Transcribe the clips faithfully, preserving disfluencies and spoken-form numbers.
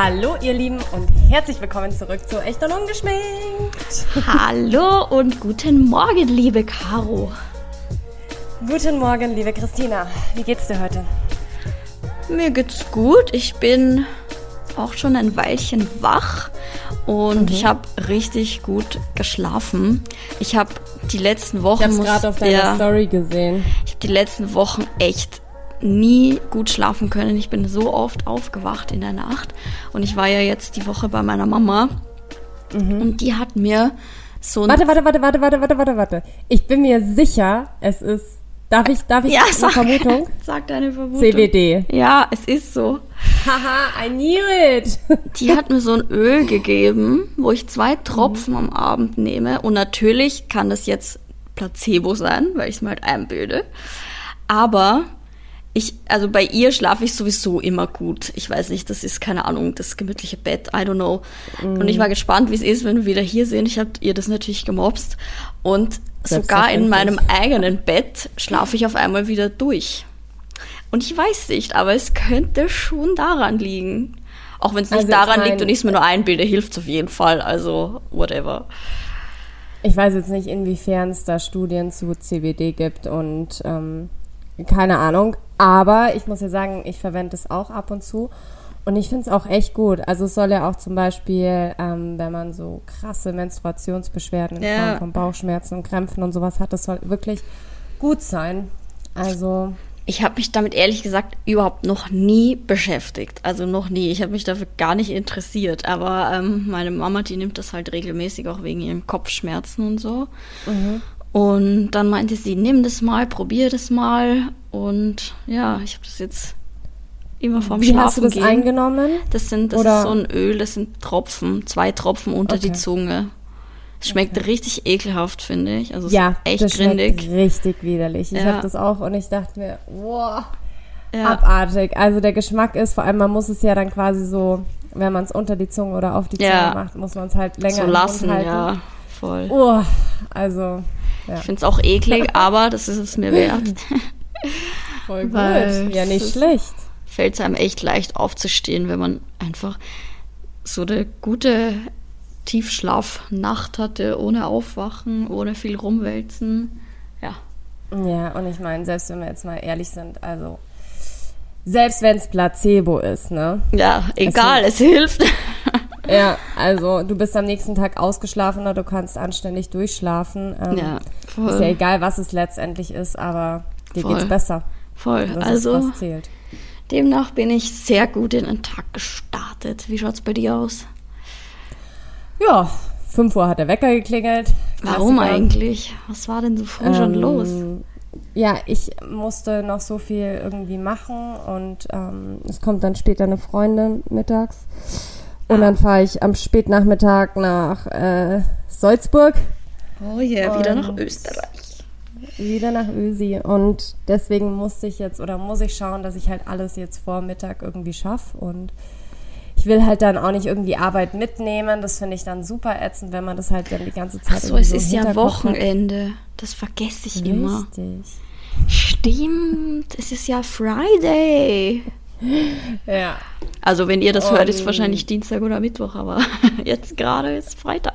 Hallo ihr Lieben und herzlich willkommen zurück zu Echt und Ungeschminkt. Hallo und guten Morgen, liebe Caro. Guten Morgen, liebe Christina. Wie geht's dir heute? Mir geht's gut. Ich bin auch schon ein Weilchen wach und mhm. ich habe richtig gut geschlafen. Ich habe die letzten Wochen... Ich habe es gerade auf deiner ja, Story gesehen. Ich habe die letzten Wochen echt nie gut schlafen können. Ich bin so oft aufgewacht in der Nacht und ich war ja jetzt die Woche bei meiner Mama mhm. und die hat mir so... Warte, warte, warte, warte, warte, warte, warte, warte. Ich bin mir sicher, es ist... Darf ich, darf ich ja, eine sag, Vermutung? Sag deine Vermutung. C B D. Ja, es ist so. Haha, I knew it. Die hat mir so ein Öl gegeben, wo ich zwei Tropfen mhm. am Abend nehme. Und natürlich kann das jetzt Placebo sein, weil ich es mir halt einbilde. Aber ich, also bei ihr schlafe ich sowieso immer gut. Ich weiß nicht, das ist, keine Ahnung, das gemütliche Bett, I don't know. Mhm. Und ich war gespannt, wie es ist, wenn wir wieder hier sind. Ich habe ihr das natürlich gemobst. Und sogar in meinem eigenen Bett schlafe ich auf einmal wieder durch. Und ich weiß nicht, aber es könnte schon daran liegen. Auch wenn es nicht also daran ich mein, liegt und ich es mir nur einbilde, hilft es auf jeden Fall. Also, whatever. Ich weiß jetzt nicht, inwiefern es da Studien zu C B D gibt und ähm, keine Ahnung. Aber ich muss ja sagen, ich verwende es auch ab und zu. Und ich finde es auch echt gut. Also es soll ja auch zum Beispiel, ähm, wenn man so krasse Menstruationsbeschwerden in ja. Form von Bauchschmerzen und Krämpfen und sowas hat, das soll wirklich gut sein. Also ich habe mich damit ehrlich gesagt überhaupt noch nie beschäftigt. Also noch nie. Ich habe mich dafür gar nicht interessiert. Aber ähm, meine Mama, die nimmt das halt regelmäßig auch wegen ihren Kopfschmerzen und so. Mhm. Und dann meinte sie, nimm das mal, probier das mal. Und ja, ich habe das jetzt immer vorm Wie Schlafen hast du das gehen. eingenommen? Das sind, das ist so ein Öl, das sind Tropfen, zwei Tropfen unter okay. die Zunge. Es schmeckt okay. richtig ekelhaft, finde ich. Also es ja, ist echt das grindig. Schmeckt richtig widerlich. Ich ja. habe das auch und ich dachte mir, wow, ja. abartig. Also der Geschmack ist, vor allem man muss es ja dann quasi so, wenn man es unter die Zunge oder auf die Zunge ja. macht, muss man es halt länger so im lassen, Mund halten. ja, voll. Oh, also, ja. Ich finde es auch eklig, aber das ist es mir wert. Voll gut. Weil ja, nicht schlecht. Fällt es einem echt leicht aufzustehen, wenn man einfach so eine gute Tiefschlafnacht hatte, ohne Aufwachen, ohne viel rumwälzen. Ja. Ja, und ich meine, selbst wenn wir jetzt mal ehrlich sind, also selbst wenn es Placebo ist, ne? Ja, egal, es, es hilft. Ja, also du bist am nächsten Tag ausgeschlafener, du kannst anständig durchschlafen. Ähm, ja, voll. Ist ja egal, was es letztendlich ist, aber dir voll. Geht's besser. Voll, das also ist, was zählt. Demnach bin ich sehr gut in den Tag gestartet. Wie schaut's bei dir aus? Ja, fünf Uhr hat der Wecker geklingelt. Warum Klassiker. Eigentlich? Was war denn so früh ähm, schon los? Ja, ich musste noch so viel irgendwie machen und ähm, es kommt dann später eine Freundin mittags und ah. dann fahre ich am Spätnachmittag nach äh, Salzburg. Oh ja, yeah, wieder nach Österreich. Wieder nach Ösi und deswegen musste ich jetzt oder muss ich schauen, dass ich halt alles jetzt vor Mittag irgendwie schaffe und ich will halt dann auch nicht irgendwie Arbeit mitnehmen, das finde ich dann super ätzend, wenn man das halt dann die ganze Zeit Ach so, es so ist ja Wochenende, das vergesse ich Richtig. immer. Stimmt, es ist ja Friday. Ja. Also wenn ihr das und hört, ist es wahrscheinlich Dienstag oder Mittwoch, aber jetzt gerade ist Freitag.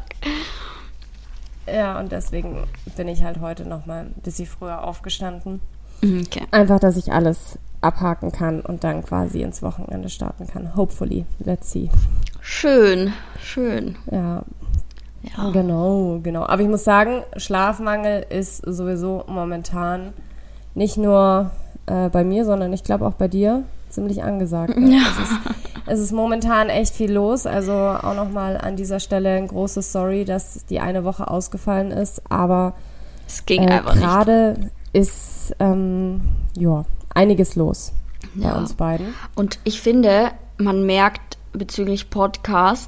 Ja, und deswegen bin ich halt heute noch mal ein bisschen früher aufgestanden. Okay. Einfach, dass ich alles abhaken kann und dann quasi ins Wochenende starten kann. Hopefully. Let's see. Schön, schön. Ja. Ja. Genau, genau. Aber ich muss sagen, Schlafmangel ist sowieso momentan nicht nur äh, bei mir, sondern ich glaube auch bei dir ziemlich angesagt. Ne? Ja. Es ist, es ist momentan echt viel los. Also auch nochmal an dieser Stelle ein großes Sorry, dass die eine Woche ausgefallen ist. Aber es ging äh, einfach nicht. Gerade ist ähm, ja, einiges los bei ja. uns beiden. Und ich finde, man merkt bezüglich Podcast,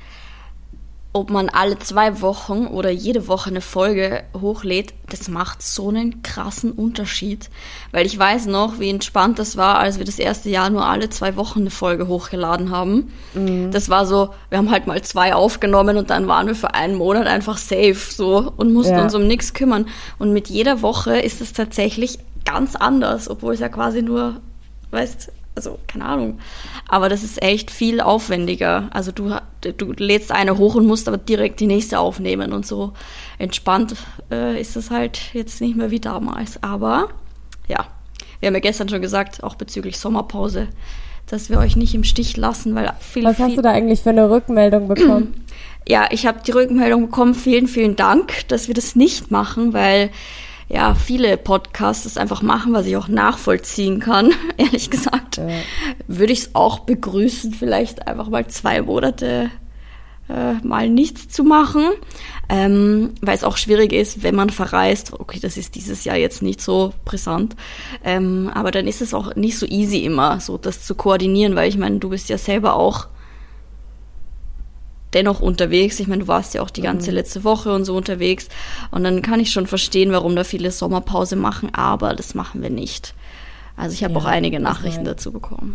ob man alle zwei Wochen oder jede Woche eine Folge hochlädt, das macht so einen krassen Unterschied. Weil ich weiß noch, wie entspannt das war, als wir das erste Jahr nur alle zwei Wochen eine Folge hochgeladen haben. Mhm. Das war so, wir haben halt mal zwei aufgenommen und dann waren wir für einen Monat einfach safe so und mussten ja. uns um nichts kümmern. Und mit jeder Woche ist es tatsächlich ganz anders, obwohl es ja quasi nur, weißt, Also, keine Ahnung. Aber das ist echt viel aufwendiger. Also du, du lädst eine hoch und musst aber direkt die nächste aufnehmen und so. Entspannt äh, ist das halt jetzt nicht mehr wie damals. Aber ja, wir haben ja gestern schon gesagt, auch bezüglich Sommerpause, dass wir euch nicht im Stich lassen, weil viel... Was viel hast du da eigentlich für eine Rückmeldung bekommen? Ja, ich habe die Rückmeldung bekommen, vielen, vielen Dank, dass wir das nicht machen, weil ja viele Podcasts das einfach machen, was ich auch nachvollziehen kann, ehrlich gesagt. Ja. Würde ich es auch begrüßen, vielleicht einfach mal zwei Monate äh, mal nichts zu machen, ähm, weil es auch schwierig ist, wenn man verreist. Okay, das ist dieses Jahr jetzt nicht so brisant, ähm, aber dann ist es auch nicht so easy immer, so das zu koordinieren, weil ich meine, du bist ja selber auch dennoch unterwegs. Ich meine, du warst ja auch die ganze letzte Woche und so unterwegs. Und dann kann ich schon verstehen, warum da viele Sommerpause machen, aber das machen wir nicht. Also ich habe ja auch einige Nachrichten dazu bekommen.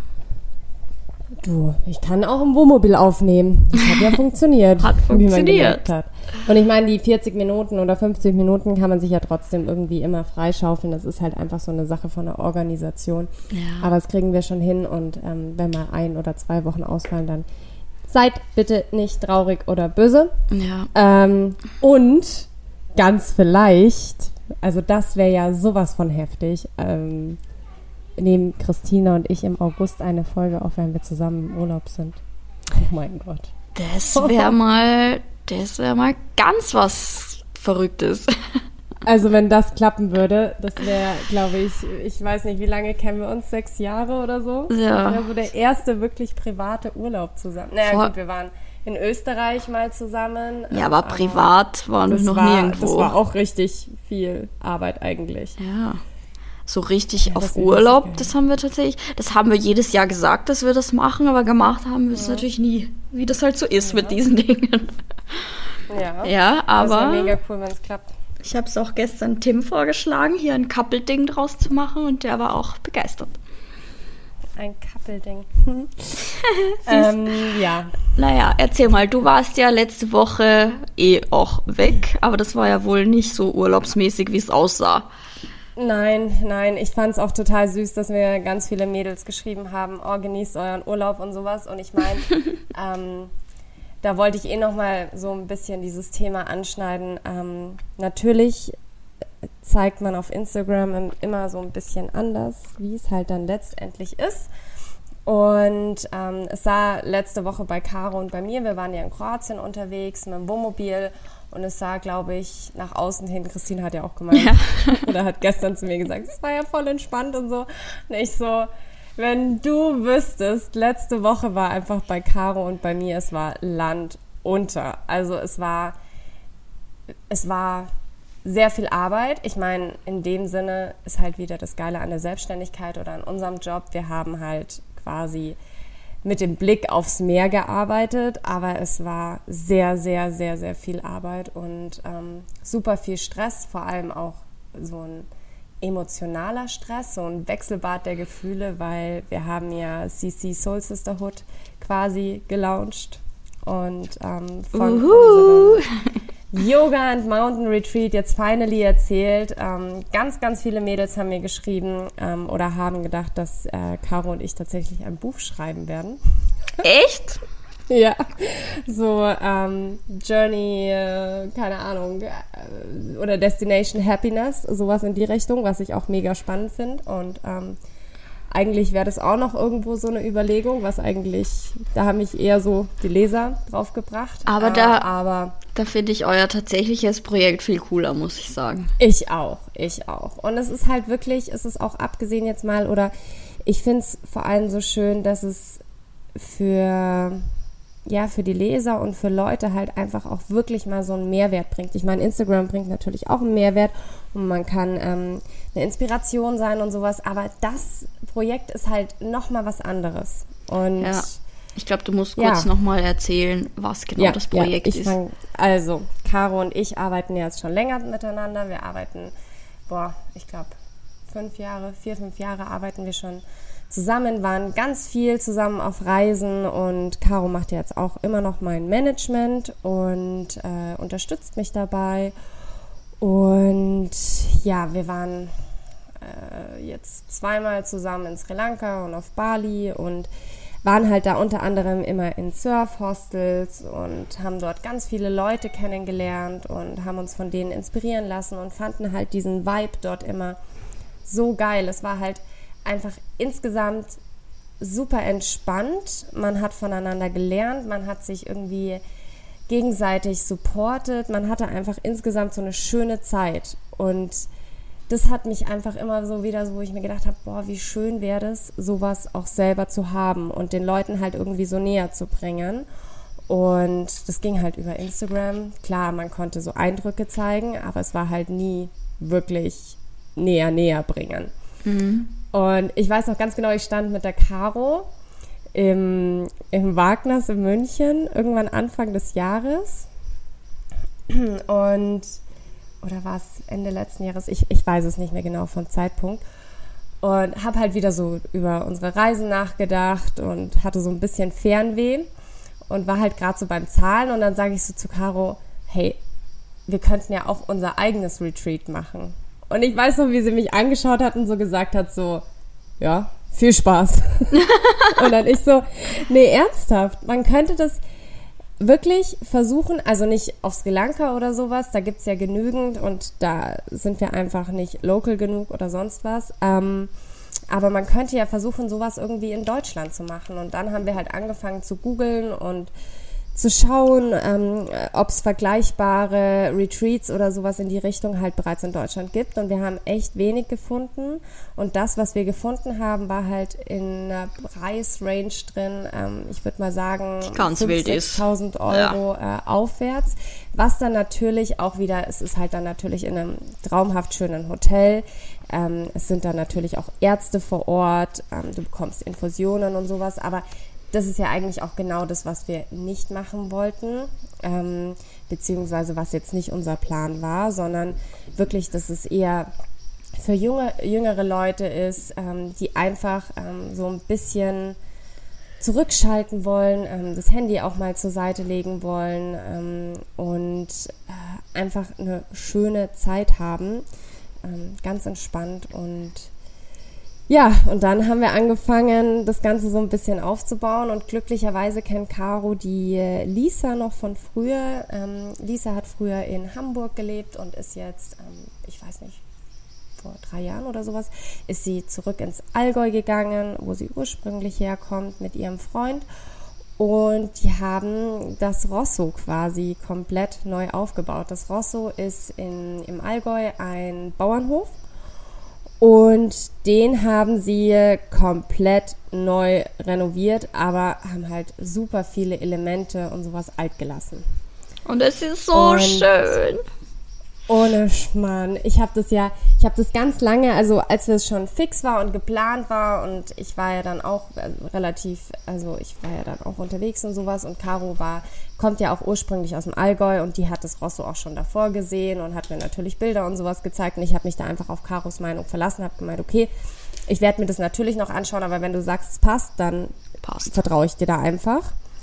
Du, ich kann auch im Wohnmobil aufnehmen. Das hat ja funktioniert. Hat funktioniert. Wie man hat. Und ich meine, die vierzig Minuten oder fünfzig Minuten kann man sich ja trotzdem irgendwie immer freischaufeln. Das ist halt einfach so eine Sache von der Organisation. Ja. Aber das kriegen wir schon hin. Und ähm, wenn mal ein oder zwei Wochen ausfallen, dann seid bitte nicht traurig oder böse. Ja. Ähm, und ganz vielleicht, also das wäre ja sowas von heftig, ähm, nehmen Christina und ich im August eine Folge auf, wenn wir zusammen im Urlaub sind. Oh mein Gott. Das wäre mal, das wäre mal ganz was Verrücktes. Also wenn das klappen würde, das wäre, glaube ich, ich weiß nicht, wie lange kennen wir uns? Sechs Jahre oder so? Ja. Das wäre so der erste wirklich private Urlaub zusammen. Naja Vor- gut, wir waren in Österreich mal zusammen. Ja, aber, aber privat waren wir noch war, nirgendwo. Das war auch richtig viel Arbeit eigentlich. Ja. So richtig ja, auf Urlaub, das haben wir tatsächlich, das haben wir jedes Jahr gesagt, dass wir das machen, aber gemacht haben wir es ja. natürlich nie, wie das halt so ist ja. mit diesen Dingen. Ja, ja aber... Das wäre mega cool, wenn es klappt. Ich habe es auch gestern Tim vorgeschlagen, hier ein Couple-Ding draus zu machen und der war auch begeistert. Ein Couple-Ding. ähm, ja. Naja, erzähl mal, du warst ja letzte Woche eh auch weg, aber das war ja wohl nicht so urlaubsmäßig, wie es aussah. Nein, nein, ich fand es auch total süß, dass mir ganz viele Mädels geschrieben haben, oh, genießt euren Urlaub und sowas. Und ich meine, ähm, da wollte ich eh noch mal so ein bisschen dieses Thema anschneiden. Ähm, natürlich zeigt man auf Instagram immer so ein bisschen anders, wie es halt dann letztendlich ist. Und ähm, es sah letzte Woche bei Caro und bei mir, wir waren ja in Kroatien unterwegs mit dem Wohnmobil und es sah, glaube ich, nach außen hin, Christine hat ja auch gemeint, ja. oder hat gestern zu mir gesagt, es war ja voll entspannt und so. Und ich so, wenn du wüsstest, letzte Woche war einfach bei Caro und bei mir, es war Land unter. Also es war, es war sehr viel Arbeit. Ich meine, in dem Sinne ist halt wieder das Geile an der Selbstständigkeit oder an unserem Job. Wir haben halt quasi mit dem Blick aufs Meer gearbeitet, aber es war sehr, sehr, sehr, sehr viel Arbeit und ähm, super viel Stress, vor allem auch so ein emotionaler Stress, so ein Wechselbad der Gefühle, weil wir haben ja C C Soul Sisterhood quasi gelauncht und ähm, von unserem Yoga and Mountain Retreat jetzt finally erzählt. Ähm, ganz, ganz viele Mädels haben mir geschrieben ähm, oder haben gedacht, dass äh, Caro und ich tatsächlich ein Buch schreiben werden. Echt? Ja, so ähm, Journey, äh, keine Ahnung, äh, oder Destination Happiness, sowas in die Richtung, was ich auch mega spannend finde. Und ähm, eigentlich wäre das auch noch irgendwo so eine Überlegung, was eigentlich, da haben mich eher so die Leser drauf gebracht. Aber da, äh, aber da finde ich euer tatsächliches Projekt viel cooler, muss ich sagen. Ich auch, ich auch. Und es ist halt wirklich, es ist auch abgesehen jetzt mal, oder ich finde es vor allem so schön, dass es für, ja, für die Leser und für Leute halt einfach auch wirklich mal so einen Mehrwert bringt. Ich meine, Instagram bringt natürlich auch einen Mehrwert und man kann ähm, eine Inspiration sein und sowas, aber das Projekt ist halt nochmal was anderes. Und ja. Ich glaube, du musst kurz ja. nochmal erzählen, was genau ja, das Projekt ja, ich ist. Fang, also, Caro und ich arbeiten ja jetzt schon länger miteinander. Wir arbeiten, boah, ich glaube, fünf Jahre, vier, fünf Jahre arbeiten wir schon zusammen, waren ganz viel zusammen auf Reisen und Caro macht ja jetzt auch immer noch mein Management und äh, unterstützt mich dabei. Und ja, wir waren äh, jetzt zweimal zusammen in Sri Lanka und auf Bali und waren halt da unter anderem immer in Surf-Hostels und haben dort ganz viele Leute kennengelernt und haben uns von denen inspirieren lassen und fanden halt diesen Vibe dort immer so geil. Es war halt einfach insgesamt super entspannt. Man hat voneinander gelernt, man hat sich irgendwie gegenseitig supportet. Man hatte einfach insgesamt so eine schöne Zeit. Und das hat mich einfach immer so wieder so, wo ich mir gedacht habe, boah, wie schön wäre es, sowas auch selber zu haben und den Leuten halt irgendwie so näher zu bringen. Und das ging halt über Instagram. Klar, man konnte so Eindrücke zeigen, aber es war halt nie wirklich näher, näher bringen. Mhm. Und ich weiß noch ganz genau, ich stand mit der Caro im, im Wagners in München, irgendwann Anfang des Jahres. Und, oder war es Ende letzten Jahres? Ich, ich weiß es nicht mehr genau vom Zeitpunkt. Und habe halt wieder so über unsere Reisen nachgedacht und hatte so ein bisschen Fernweh und war halt gerade so beim Zahlen. Und dann sage ich so zu Caro, hey, wir könnten ja auch unser eigenes Retreat machen. Und ich weiß noch, wie sie mich angeschaut hat und so gesagt hat, so, ja, viel Spaß. Und dann ich so, nee, ernsthaft, man könnte das wirklich versuchen, also nicht auf Sri Lanka oder sowas, da gibt's ja genügend und da sind wir einfach nicht local genug oder sonst was, ähm, aber man könnte ja versuchen, sowas irgendwie in Deutschland zu machen. Und dann haben wir halt angefangen zu googeln und zu schauen, ähm, ob es vergleichbare Retreats oder sowas in die Richtung halt bereits in Deutschland gibt. Und wir haben echt wenig gefunden. Und das, was wir gefunden haben, war halt in einer Preisrange drin, ähm, ich würde mal sagen, fünftausend, sechstausend Euro ja. äh, aufwärts. Was dann natürlich auch wieder, es ist halt dann natürlich in einem traumhaft schönen Hotel. Ähm, es sind dann natürlich auch Ärzte vor Ort. Ähm, du bekommst Infusionen und sowas, aber das ist ja eigentlich auch genau das, was wir nicht machen wollten, ähm, beziehungsweise was jetzt nicht unser Plan war, sondern wirklich, dass es eher für junge, jüngere Leute ist, ähm, die einfach ähm, so ein bisschen zurückschalten wollen, ähm, das Handy auch mal zur Seite legen wollen ähm, und äh, einfach eine schöne Zeit haben, ähm, ganz entspannt. Und ja, und dann haben wir angefangen, das Ganze so ein bisschen aufzubauen und glücklicherweise kennt Caro die Lisa noch von früher. Ähm, Lisa hat früher in Hamburg gelebt und ist jetzt, ähm, ich weiß nicht, vor drei Jahren oder sowas, ist sie zurück ins Allgäu gegangen, wo sie ursprünglich herkommt, mit ihrem Freund. Und die haben das Rosso quasi komplett neu aufgebaut. Das Rosso ist in, im Allgäu ein Bauernhof. Und den haben sie komplett neu renoviert, aber haben halt super viele Elemente und sowas alt gelassen. Und es ist so und schön. Ohne Schmarrn. Ich habe das ja, ich habe das ganz lange, also als es schon fix war und geplant war und ich war ja dann auch also relativ, also ich war ja dann auch unterwegs und sowas und Caro war, kommt ja auch ursprünglich aus dem Allgäu und die hat das Rosso auch schon davor gesehen und hat mir natürlich Bilder und sowas gezeigt und ich habe mich da einfach auf Caros Meinung verlassen, habe gemeint, okay, ich werde mir das natürlich noch anschauen, aber wenn du sagst, es passt, dann passt. Vertraue ich dir da einfach.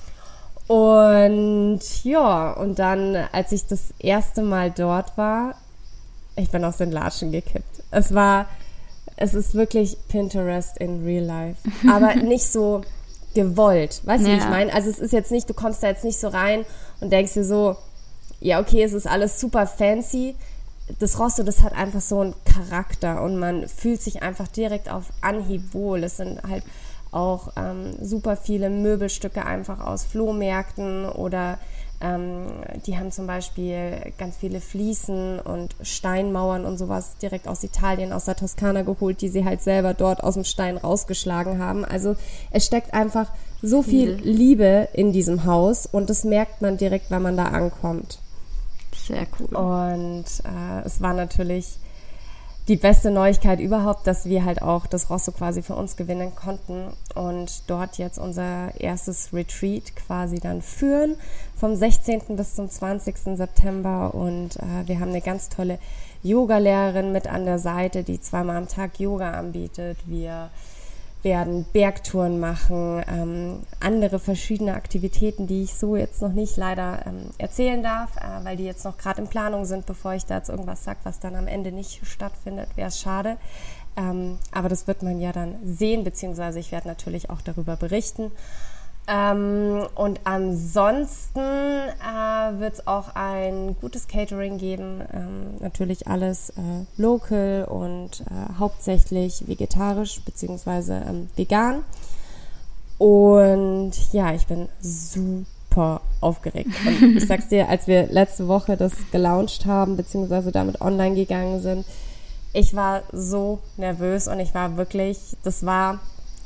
Und ja, und dann, als ich das erste Mal dort war, ich bin aus den Latschen gekippt. Es war, es ist wirklich Pinterest in real life. Aber nicht so gewollt. Weißt du, ja. Wie ich meine? Also es ist jetzt nicht, du kommst da jetzt nicht so rein und denkst dir so, ja okay, es ist alles super fancy. Das Rosso, das hat einfach so einen Charakter und man fühlt sich einfach direkt auf Anhieb wohl. Es sind halt auch ähm, super viele Möbelstücke einfach aus Flohmärkten oder ähm, die haben zum Beispiel ganz viele Fliesen und Steinmauern und sowas direkt aus Italien, aus der Toskana geholt, die sie halt selber dort aus dem Stein rausgeschlagen haben. Also es steckt einfach so viel Liebe in diesem Haus und das merkt man direkt, wenn man da ankommt. Sehr cool. Und äh, es war natürlich die beste Neuigkeit überhaupt, dass wir halt auch das Rosso quasi für uns gewinnen konnten und dort jetzt unser erstes Retreat quasi dann führen, vom sechzehnten bis zum zwanzigsten September und äh, wir haben eine ganz tolle Yoga-Lehrerin mit an der Seite, die zweimal am Tag Yoga anbietet. Wir werden Bergtouren machen, ähm, andere verschiedene Aktivitäten, die ich so jetzt noch nicht leider ähm, erzählen darf, äh, weil die jetzt noch gerade in Planung sind, bevor ich da jetzt irgendwas sage, was dann am Ende nicht stattfindet, wäre es schade. Ähm, aber das wird man ja dann sehen, beziehungsweise ich werde natürlich auch darüber berichten. Ähm, und ansonsten äh, wird es auch ein gutes Catering geben. Ähm, natürlich alles äh, local und äh, hauptsächlich vegetarisch beziehungsweise ähm, vegan. Und ja, ich bin super aufgeregt. Und ich sag's dir, als wir letzte Woche das gelauncht haben, beziehungsweise damit online gegangen sind, ich war so nervös und ich war wirklich, das war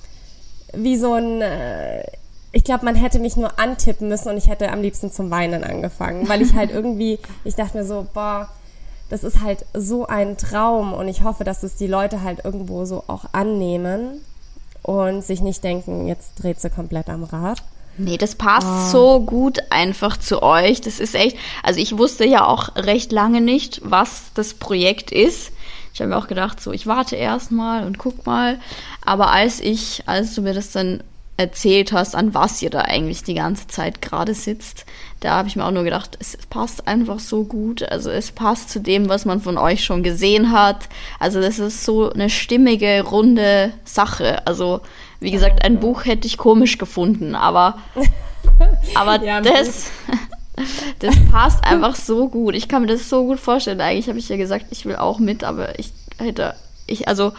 wie so ein, äh, ich glaube, man hätte mich nur antippen müssen und ich hätte am liebsten zum Weinen angefangen, weil ich halt irgendwie, ich dachte mir so, boah, das ist halt so ein Traum und ich hoffe, dass es die Leute halt irgendwo so auch annehmen und sich nicht denken, jetzt dreht sie komplett am Rad. Nee, das passt oh. so gut einfach zu euch. Das ist echt, also ich wusste ja auch recht lange nicht, was das Projekt ist. Ich habe mir auch gedacht, so, ich warte erst mal und guck mal. Aber als ich, als du mir das dann erzählt hast, an was ihr da eigentlich die ganze Zeit gerade sitzt, da habe ich mir auch nur gedacht, es passt einfach so gut. Also es passt zu dem, was man von euch schon gesehen hat. Also das ist so eine stimmige, runde Sache. Also wie gesagt, ein Buch hätte ich komisch gefunden, aber, aber ja, das, das passt einfach so gut. Ich kann mir das so gut vorstellen. Eigentlich habe ich ja gesagt, ich will auch mit, aber ich hätte, ich, also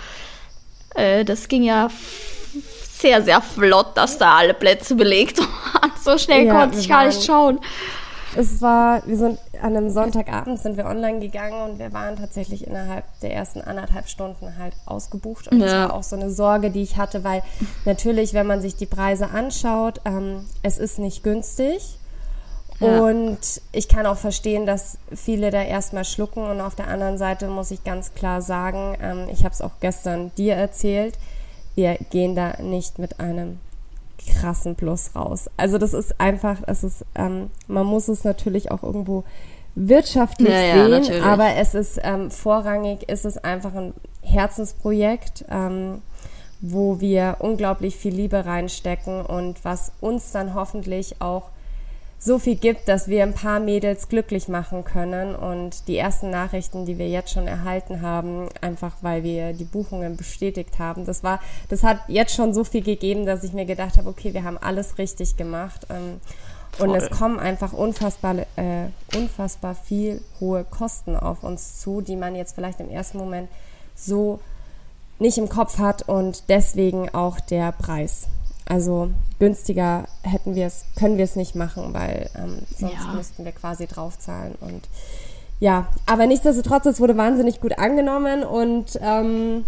äh, das ging ja sehr, sehr flott, dass da alle Plätze belegt waren. So schnell ja, konnte ich gar nicht schauen. Es war, wir sind an einem Sonntagabend sind wir online gegangen und wir waren tatsächlich innerhalb der ersten anderthalb Stunden halt ausgebucht. Und ja. Das war auch so eine Sorge, die ich hatte, weil natürlich, wenn man sich die Preise anschaut, ähm, es ist nicht günstig. Ja. Und ich kann auch verstehen, dass viele da erstmal schlucken. Und auf der anderen Seite muss ich ganz klar sagen, ähm, ich habe es auch gestern dir erzählt, wir gehen da nicht mit einem krassen Plus raus. Also das ist einfach, es ist, ähm, man muss es natürlich auch irgendwo wirtschaftlich ja, sehen, ja, natürlich. Aber es ist ähm, vorrangig, ist es einfach ein Herzensprojekt, ähm, wo wir unglaublich viel Liebe reinstecken und was uns dann hoffentlich auch so viel gibt, dass wir ein paar Mädels glücklich machen können. Und die ersten Nachrichten, die wir jetzt schon erhalten haben, einfach weil wir die Buchungen bestätigt haben, das war, das hat jetzt schon so viel gegeben, dass ich mir gedacht habe, okay, wir haben alles richtig gemacht. Und es kommen einfach unfassbar, äh, unfassbar viel hohe Kosten auf uns zu, die man jetzt vielleicht im ersten Moment so nicht im Kopf hat und deswegen auch der Preis. Also günstiger hätten wir es, können wir es nicht machen, weil ähm, sonst ja. müssten wir quasi draufzahlen. Und ja, aber nichtsdestotrotz, es wurde wahnsinnig gut angenommen und ähm,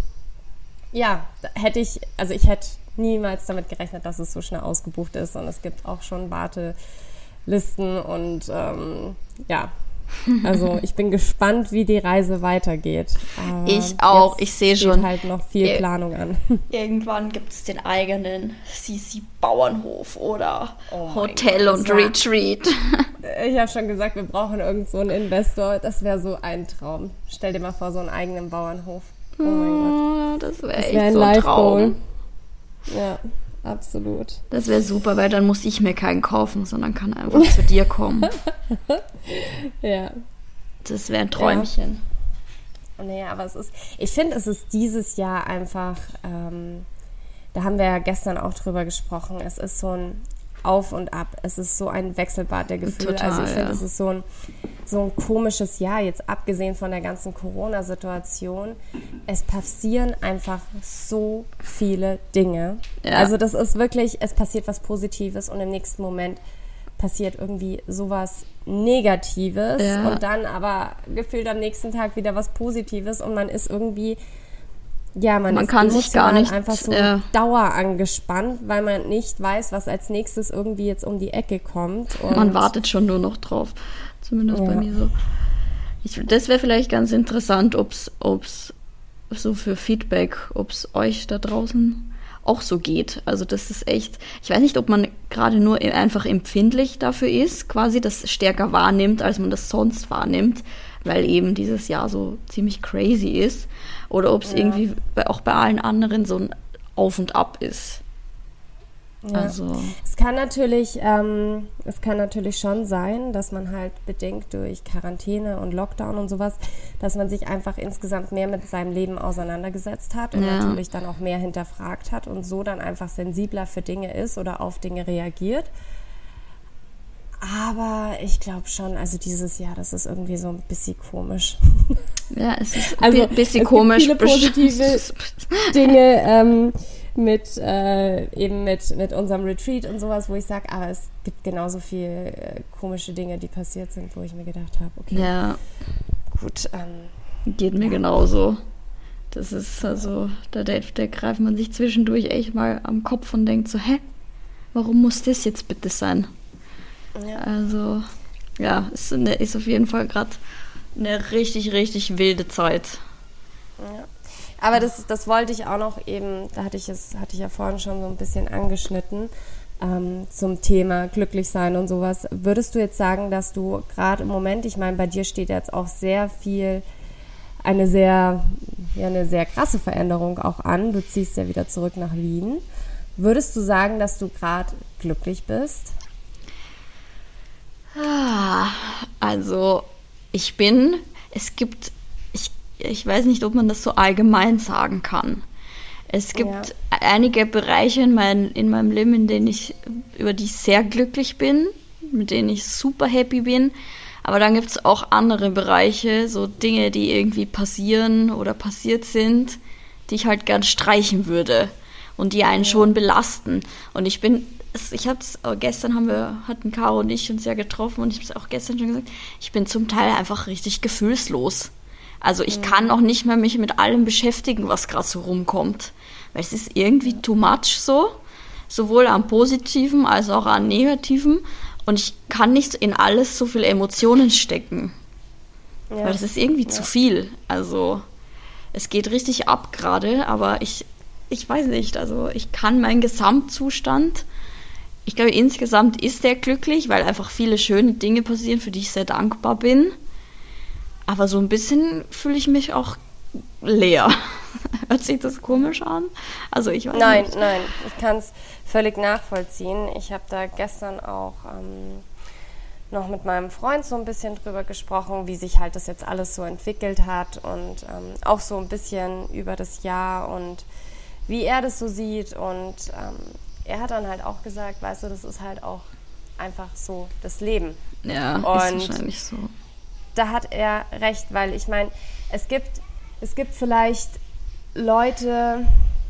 ja, hätte ich, also ich hätte niemals damit gerechnet, dass es so schnell ausgebucht ist und es gibt auch schon Wartelisten und ähm, ja, also ich bin gespannt, wie die Reise weitergeht. Aber ich auch, ich sehe schon. Halt noch viel ir- Planung an. Irgendwann gibt es den eigenen C C-Bauernhof oder oh Hotel Gott, und Retreat. Ich habe schon gesagt, wir brauchen irgend so einen Investor. Das wäre so ein Traum. Stell dir mal vor, so einen eigenen Bauernhof. Oh mein Gott. Das wäre echt wär ein so ein Traum. Ja, absolut. Das wäre super, weil dann muss ich mir keinen kaufen, sondern kann einfach zu dir kommen. Ja. Das wäre ein Träumchen. Ja. Nee, aber es ist, ich finde, es ist dieses Jahr einfach, ähm, da haben wir ja gestern auch drüber gesprochen, es ist so ein Auf und Ab. Es ist so ein Wechselbad der Gefühle. Total, also ich finde, ja. es ist so ein, so ein komisches Jahr, jetzt abgesehen von der ganzen Corona-Situation. Es passieren einfach so viele Dinge. Ja. Also das ist wirklich, es passiert was Positives und im nächsten Moment passiert irgendwie sowas Negatives ja. und dann aber gefühlt am nächsten Tag wieder was Positives und man ist irgendwie Ja, man, man ist kann sich gar nicht einfach so äh, Dauer angespannt, weil man nicht weiß, was als nächstes irgendwie jetzt um die Ecke kommt. Und man wartet schon nur noch drauf, zumindest ja. bei mir so. Ich, das wäre vielleicht ganz interessant, ob es so für Feedback, ob es euch da draußen auch so geht. Also das ist echt, ich weiß nicht, ob man gerade nur einfach empfindlich dafür ist, quasi das stärker wahrnimmt, als man das sonst wahrnimmt, weil eben dieses Jahr so ziemlich crazy ist. Oder ob es ja. irgendwie bei, auch bei allen anderen so ein Auf und Ab ist. Ja. Also es kann natürlich, ähm, es kann natürlich schon sein, dass man halt bedingt durch Quarantäne und Lockdown und sowas, dass man sich einfach insgesamt mehr mit seinem Leben auseinandergesetzt hat und ja. natürlich dann auch mehr hinterfragt hat und so dann einfach sensibler für Dinge ist oder auf Dinge reagiert. Aber ich glaube schon, also dieses Jahr, das ist irgendwie so ein bisschen komisch. Ja, es ist also, ein bisschen es komisch. Gibt viele positive Dinge ähm, mit äh, eben mit, mit unserem Retreat und sowas, wo ich sage, aber es gibt genauso viele äh, komische Dinge, die passiert sind, wo ich mir gedacht habe, okay, ja. gut. Ähm, Geht mir genauso. Das ist also, da, da, da greift man sich zwischendurch echt mal am Kopf und denkt so, hä, warum muss das jetzt bitte sein? Ja. Also, ja, es ist, ist auf jeden Fall gerade eine richtig, richtig wilde Zeit. Ja. Aber das, das wollte ich auch noch eben, da hatte ich es, hatte ich ja vorhin schon so ein bisschen angeschnitten, ähm, zum Thema glücklich sein und sowas. Würdest du jetzt sagen, dass du gerade im Moment, ich meine, bei dir steht jetzt auch sehr viel, eine sehr, ja, eine sehr krasse Veränderung auch an. Du ziehst ja wieder zurück nach Wien. Würdest du sagen, dass du gerade glücklich bist? Also, ich bin, es gibt, ich, ich weiß nicht, ob man das so allgemein sagen kann. Es gibt ja. einige Bereiche in, mein, in meinem Leben, in denen ich, über die ich sehr glücklich bin, mit denen ich super happy bin. Aber dann gibt es auch andere Bereiche, so Dinge, die irgendwie passieren oder passiert sind, die ich halt gern streichen würde und die einen ja. schon belasten. Und ich bin Ich habe es gestern haben wir hatten Caro und ich uns ja getroffen und ich habe es auch gestern schon gesagt. Ich bin zum Teil einfach richtig gefühlslos. Also ich mhm. kann auch nicht mehr mich mit allem beschäftigen, was gerade so rumkommt, weil es ist irgendwie too much so, sowohl an Positiven als auch an Negativen. Und ich kann nicht in alles so viele Emotionen stecken, ja. weil das ist irgendwie ja. zu viel. Also es geht richtig ab gerade, aber ich ich weiß nicht. Also ich kann meinen Gesamtzustand Ich glaube, insgesamt ist er glücklich, weil einfach viele schöne Dinge passieren, für die ich sehr dankbar bin. Aber so ein bisschen fühle ich mich auch leer. Hört sich das komisch an? Also ich weiß nein, nicht. Nein, nein, ich kann es völlig nachvollziehen. Ich habe da gestern auch ähm, noch mit meinem Freund so ein bisschen drüber gesprochen, wie sich halt das jetzt alles so entwickelt hat und ähm, auch so ein bisschen über das Jahr und wie er das so sieht und ähm, er hat dann halt auch gesagt, weißt du, das ist halt auch einfach so das Leben. Ja, und ist wahrscheinlich so. Da hat er recht, weil ich meine, es gibt, es gibt vielleicht Leute,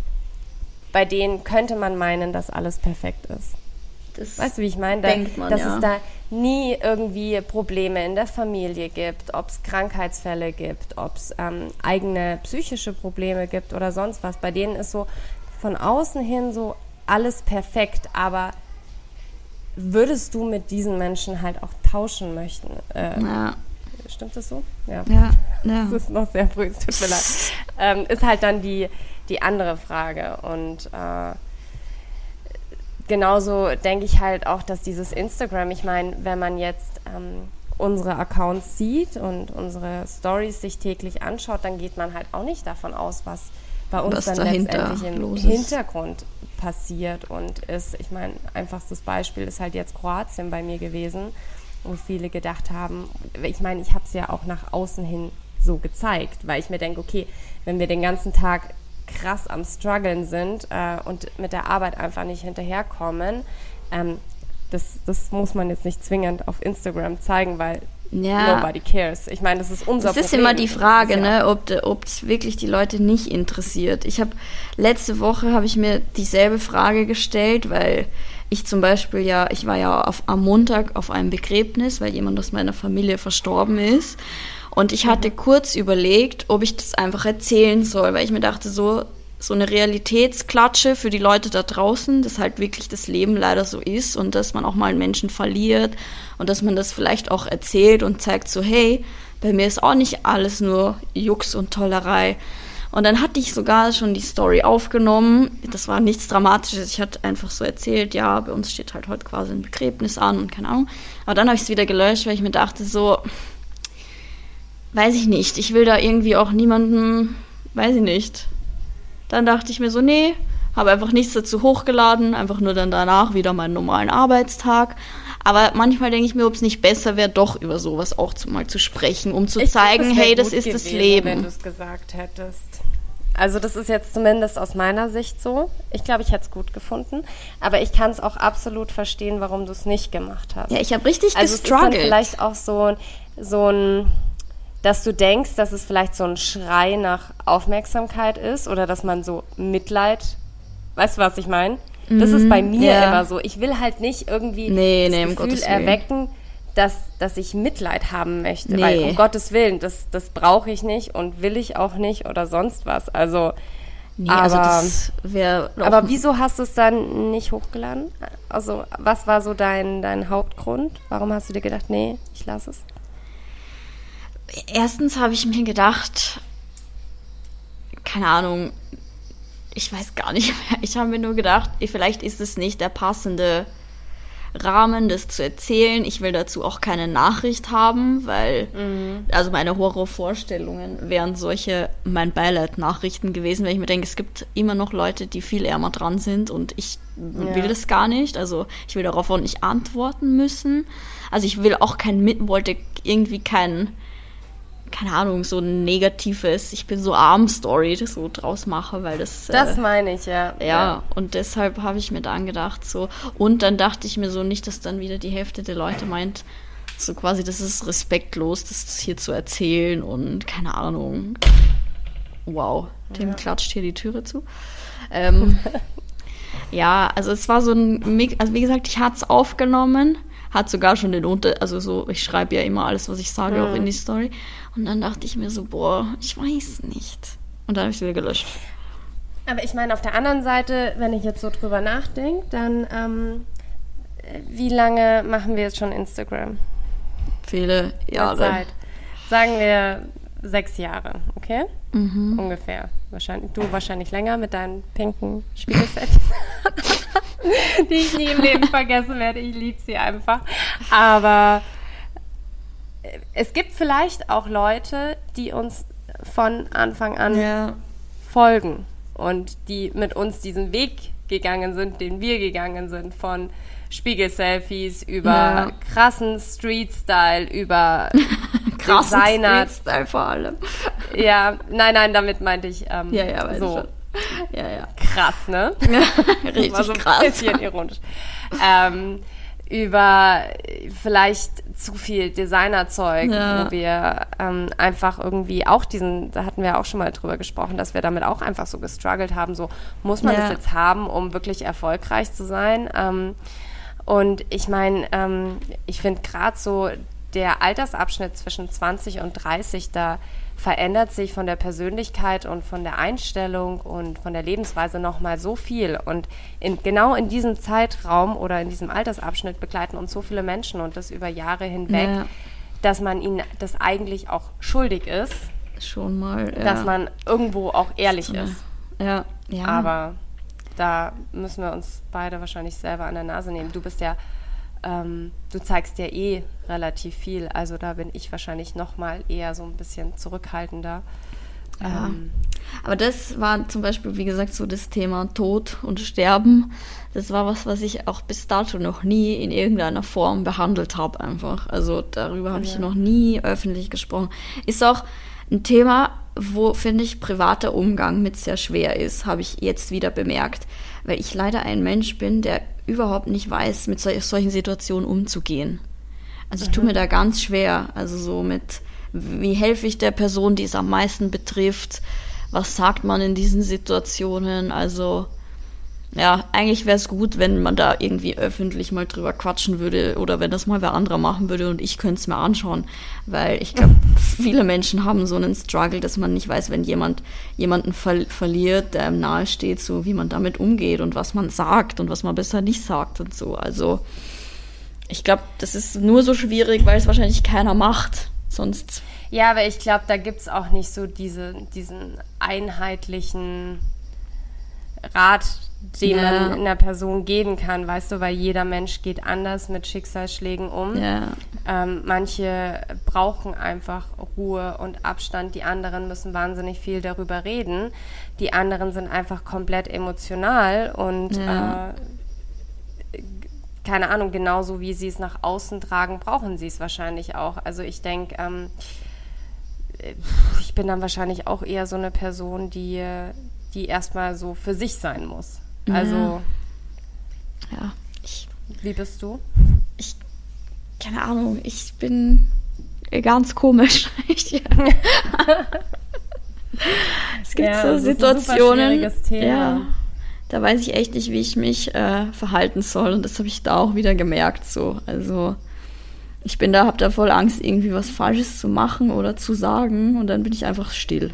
bei denen könnte man meinen, dass alles perfekt ist. Das weißt du, wie ich meine? Da, denkt man, dass ja. es da nie irgendwie Probleme in der Familie gibt, ob es Krankheitsfälle gibt, ob es ähm, eigene psychische Probleme gibt oder sonst was. Bei denen ist so von außen hin so alles perfekt, aber würdest du mit diesen Menschen halt auch tauschen möchten? Äh, ja. Stimmt das so? Ja. ja, ja. Das ist noch sehr früh, es tut mir leid. Ähm, ist halt dann die, die andere Frage. Und äh, genauso denke ich halt auch, dass dieses Instagram, ich meine, wenn man jetzt ähm, unsere Accounts sieht und unsere Stories sich täglich anschaut, dann geht man halt auch nicht davon aus, was bei uns was dann letztendlich im Hintergrund passiert und ist. Ich meine, einfachstes Beispiel ist halt jetzt Kroatien bei mir gewesen, wo viele gedacht haben, ich meine, ich habe es ja auch nach außen hin so gezeigt, weil ich mir denke, okay, wenn wir den ganzen Tag krass am Struggeln sind äh, und mit der Arbeit einfach nicht hinterherkommen, ähm, das, das muss man jetzt nicht zwingend auf Instagram zeigen, weil ja. nobody cares. Ich meine, das ist unser Problem. Das ist immer die Frage, ne, ob es wirklich die Leute nicht interessiert. Ich habe letzte Woche habe ich mir dieselbe Frage gestellt, weil ich zum Beispiel ja, ich war ja auf, am Montag auf einem Begräbnis, weil jemand aus meiner Familie verstorben ist. Und ich hatte mhm. kurz überlegt, ob ich das einfach erzählen soll, weil ich mir dachte, so, so eine Realitätsklatsche für die Leute da draußen, dass halt wirklich das Leben leider so ist und dass man auch mal einen Menschen verliert und dass man das vielleicht auch erzählt und zeigt so, hey, bei mir ist auch nicht alles nur Jux und Tollerei. Und dann hatte ich sogar schon die Story aufgenommen. Das war nichts Dramatisches. Ich hatte einfach so erzählt, ja, bei uns steht halt heute quasi ein Begräbnis an und keine Ahnung. Aber dann habe ich es wieder gelöscht, weil ich mir dachte so, weiß ich nicht, ich will da irgendwie auch niemanden, weiß ich nicht. Dann dachte ich mir so, nee, habe einfach nichts dazu hochgeladen, einfach nur dann danach wieder meinen normalen Arbeitstag. Aber manchmal denke ich mir, ob es nicht besser wäre, doch über sowas auch zu, mal zu sprechen, um zu ich zeigen, glaub, das hey, das gut ist gewesen, das Leben. Wenn du es gesagt hättest. Also das ist jetzt zumindest aus meiner Sicht so. Ich glaube, ich hätte es gut gefunden. Aber ich kann es auch absolut verstehen, warum du es nicht gemacht hast. Ja, ich habe richtig also gestruggelt. Es ist dann vielleicht auch so, so ein, dass du denkst, dass es vielleicht so ein Schrei nach Aufmerksamkeit ist oder dass man so Mitleid, weißt du, was ich meine? Das ist bei mir ja. immer so. Ich will halt nicht irgendwie nee, das nee, um Gefühl Gottes Willen. erwecken, dass, dass ich Mitleid haben möchte. Nee. Weil um Gottes Willen, das, das brauche ich nicht und will ich auch nicht oder sonst was. Also, nee, aber, also das wäre... aber wieso hast du es dann nicht hochgeladen? Also was war so dein, dein Hauptgrund? Warum hast du dir gedacht, nee, ich lasse es? Erstens habe ich mir gedacht, keine Ahnung, ich weiß gar nicht mehr. Ich habe mir nur gedacht, vielleicht ist es nicht der passende Rahmen, das zu erzählen. Ich will dazu auch keine Nachricht haben, weil mhm. also meine Horrorvorstellungen wären solche mein Beileid-Nachrichten gewesen, weil ich mir denke, es gibt immer noch Leute, die viel ärmer dran sind und ich ja. will das gar nicht. Also ich will darauf auch nicht antworten müssen. Also ich will auch kein, wollte irgendwie kein keine Ahnung, so ein negatives, ich bin so arm Story so draus mache, weil das... Das äh, meine ich, ja. ja. Ja, und deshalb habe ich mir dann gedacht so, und dann dachte ich mir so nicht, dass dann wieder die Hälfte der Leute meint, so quasi, das ist respektlos, das hier zu erzählen und keine Ahnung. Wow, Tim ja. klatscht hier die Türe zu. Ähm, ja, also es war so ein Mix, also wie gesagt, ich hatte es aufgenommen, hat sogar schon den Unter... Also so, ich schreibe ja immer alles, was ich sage, mhm. auch in die Story. Und dann dachte ich mir so, boah, ich weiß nicht. Und dann habe ich es wieder gelöscht. Aber ich meine, auf der anderen Seite, wenn ich jetzt so drüber nachdenke, dann ähm, wie lange machen wir jetzt schon Instagram? Viele Jahre. Zeit. Sagen wir sechs Jahre, okay? Mhm. Ungefähr. Wahrscheinlich, du wahrscheinlich länger mit deinen pinken Spiegelselfies. Die ich nie im Leben vergessen werde. Ich liebe sie einfach. Aber es gibt vielleicht auch Leute, die uns von Anfang an ja. folgen und die mit uns diesen Weg gegangen sind, den wir gegangen sind, von Spiegelselfies über ja. krassen Street-Style, über krassen Designer. Street-Style vor allem. Ja, nein, nein, damit meinte ich ähm, ja, ja, so schon. Ja, ja. krass, ne? Richtig war so krass. Ein bisschen ironisch. ähm, über vielleicht zu viel Designerzeug, ja. wo wir ähm, einfach irgendwie auch diesen, da hatten wir auch schon mal drüber gesprochen, dass wir damit auch einfach so gestruggelt haben, so muss man ja. das jetzt haben, um wirklich erfolgreich zu sein. Ähm, und ich meine, ähm, ich finde gerade so der Altersabschnitt zwischen zwanzig und dreißig, da verändert sich von der Persönlichkeit und von der Einstellung und von der Lebensweise nochmal so viel. Und in, genau in diesem Zeitraum oder in diesem Altersabschnitt begleiten uns so viele Menschen und das über Jahre hinweg, ja. dass man ihnen das eigentlich auch schuldig ist. Schon mal, ja. Dass man irgendwo auch ehrlich so ist. Ja, ja. Aber da müssen wir uns beide wahrscheinlich selber an der Nase nehmen. Du bist ja Ähm, du zeigst ja eh relativ viel, also da bin ich wahrscheinlich noch mal eher so ein bisschen zurückhaltender. Ja. Ähm, Aber das war zum Beispiel, wie gesagt, so das Thema Tod und Sterben. Das war was, was ich auch bis dato noch nie in irgendeiner Form behandelt habe einfach. Also darüber habe ja. ich noch nie öffentlich gesprochen. Ist auch ein Thema, wo, finde ich, privater Umgang mit sehr schwer ist, habe ich jetzt wieder bemerkt. Weil ich leider ein Mensch bin, der überhaupt nicht weiß, mit sol- solchen Situationen umzugehen. Also ich mhm. tue mir da ganz schwer, also so mit, wie helfe ich der Person, die es am meisten betrifft, was sagt man in diesen Situationen, also ja, eigentlich wäre es gut, wenn man da irgendwie öffentlich mal drüber quatschen würde oder wenn das mal wer anderer machen würde und ich könnte es mir anschauen, weil ich glaube, viele Menschen haben so einen Struggle, dass man nicht weiß, wenn jemand jemanden ver- verliert, der ihm nahe steht, so wie man damit umgeht und was man sagt und was man besser nicht sagt und so. Also ich glaube, das ist nur so schwierig, weil es wahrscheinlich keiner macht, sonst... Ja, aber ich glaube, da gibt es auch nicht so diese, diesen einheitlichen Rat, den Ja. man einer Person geben kann, weißt du, weil jeder Mensch geht anders mit Schicksalsschlägen um. Ja. Ähm, manche brauchen einfach Ruhe und Abstand, die anderen müssen wahnsinnig viel darüber reden, die anderen sind einfach komplett emotional und Ja. äh, keine Ahnung, genauso wie sie es nach außen tragen, brauchen sie es wahrscheinlich auch. Also ich denke, ähm, ich bin dann wahrscheinlich auch eher so eine Person, die, die erstmal so für sich sein muss. Also, Ja, ich, wie bist du? ich, keine Ahnung, ich bin ganz komisch. Ich, es gibt Ja, so das ist ein super Situationen, schwieriges Thema. ja, da weiß ich echt nicht, wie ich mich äh, verhalten soll. Und das habe ich da auch wieder gemerkt. So, also ich bin da, habe da voll Angst, irgendwie was Falsches zu machen oder zu sagen. Und dann bin ich einfach still.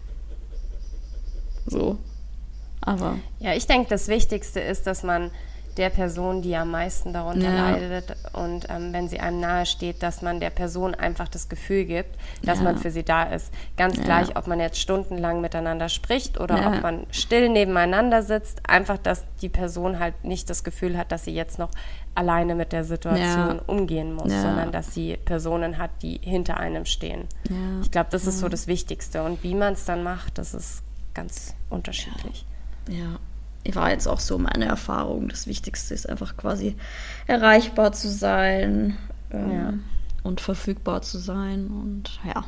So, aber Ja, ich denke, das Wichtigste ist, dass man der Person, die am meisten darunter Ja. leidet und ähm, wenn sie einem nahe steht, dass man der Person einfach das Gefühl gibt, dass Ja. man für sie da ist. Ganz Ja. gleich, ob man jetzt stundenlang miteinander spricht oder Ja. ob man still nebeneinander sitzt. Einfach, dass die Person halt nicht das Gefühl hat, dass sie jetzt noch alleine mit der Situation Ja. umgehen muss, Ja. sondern dass sie Personen hat, die hinter einem stehen. Ja. Ich glaube, das ist so das Wichtigste. Und wie man es dann macht, das ist ganz unterschiedlich. ja, war jetzt auch so meine Erfahrung. Das Wichtigste ist einfach quasi erreichbar zu sein ähm, Ja. und verfügbar zu sein. Und ja,